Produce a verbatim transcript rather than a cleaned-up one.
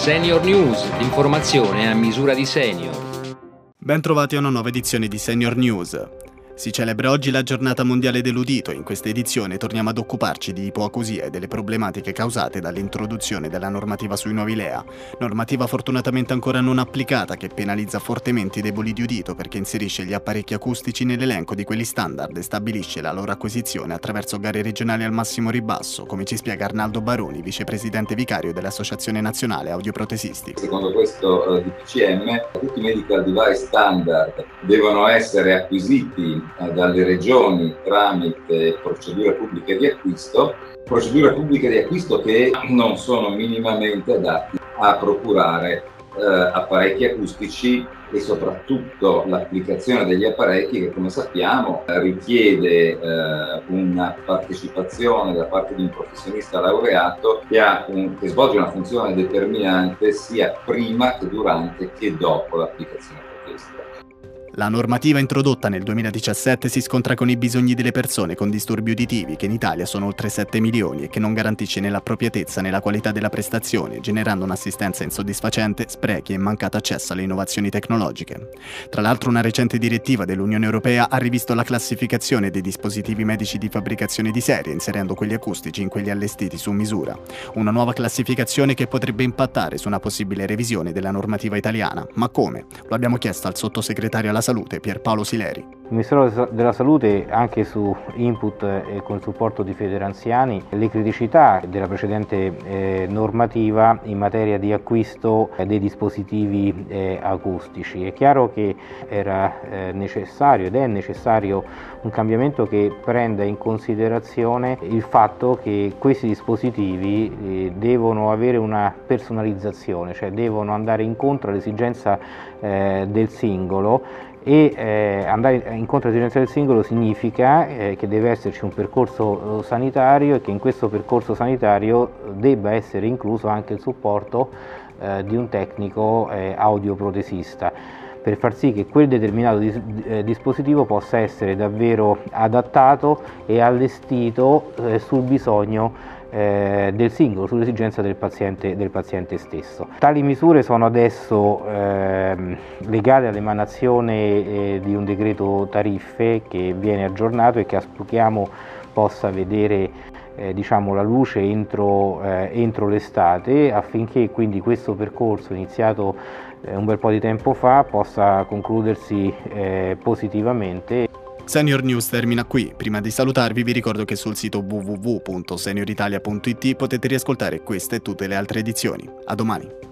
Senior News, l'informazione a misura di senior. Bentrovati a una nuova edizione di Senior News. Si celebra oggi la giornata mondiale dell'udito e in questa edizione torniamo ad occuparci di ipoacusia e delle problematiche causate dall'introduzione della normativa sui nuovi L E A, normativa fortunatamente ancora non applicata che penalizza fortemente i deboli di udito perché inserisce gli apparecchi acustici nell'elenco di quelli standard e stabilisce la loro acquisizione attraverso gare regionali al massimo ribasso, come ci spiega Arnaldo Baroni, vicepresidente vicario dell'Associazione Nazionale Audioprotesisti. Secondo questo uh, D P C M, tutti i medical device standard devono essere acquisiti dalle regioni tramite procedure pubbliche di acquisto, procedure pubbliche di acquisto che non sono minimamente adatti a procurare eh, apparecchi acustici e soprattutto l'applicazione degli apparecchi che, come sappiamo, richiede eh, una partecipazione da parte di un professionista laureato che, ha un, che svolge una funzione determinante sia prima che durante che dopo l'applicazione protesta. La normativa introdotta nel duemiladiciassette si scontra con i bisogni delle persone con disturbi uditivi, che in Italia sono oltre sette milioni e che non garantisce né l'appropriatezza né la qualità della prestazione, generando un'assistenza insoddisfacente, sprechi e mancato accesso alle innovazioni tecnologiche. Tra l'altro una recente direttiva dell'Unione Europea ha rivisto la classificazione dei dispositivi medici di fabbricazione di serie, inserendo quelli acustici in quelli allestiti su misura. Una nuova classificazione che potrebbe impattare su una possibile revisione della normativa italiana. Ma come? Lo abbiamo chiesto al sottosegretario alla Salute, Pierpaolo Sileri. Il Ministero della Salute, anche su input e con il supporto di Federanziani, le criticità della precedente eh, normativa in materia di acquisto eh, dei dispositivi eh, acustici. È chiaro che era eh, necessario ed è necessario un cambiamento che prenda in considerazione il fatto che questi dispositivi eh, devono avere una personalizzazione, cioè devono andare incontro all'esigenza eh, del singolo. E eh, andare incontro all'esigenza del singolo significa eh, che deve esserci un percorso eh, sanitario e che in questo percorso sanitario debba essere incluso anche il supporto eh, di un tecnico eh, audioprotesista, per far sì che quel determinato dis eh, dispositivo possa essere davvero adattato e allestito eh, sul bisogno Eh, del singolo, sull'esigenza del paziente, del paziente stesso. Tali misure sono adesso eh, legate all'emanazione eh, di un decreto tariffe che viene aggiornato e che auspichiamo possa vedere eh, diciamo, la luce entro, eh, entro l'estate, affinché quindi questo percorso iniziato eh, un bel po' di tempo fa possa concludersi eh, positivamente. Senior News termina qui. Prima di salutarvi vi ricordo che sul sito w w w punto senioritalia punto i t potete riascoltare queste e tutte le altre edizioni. A domani!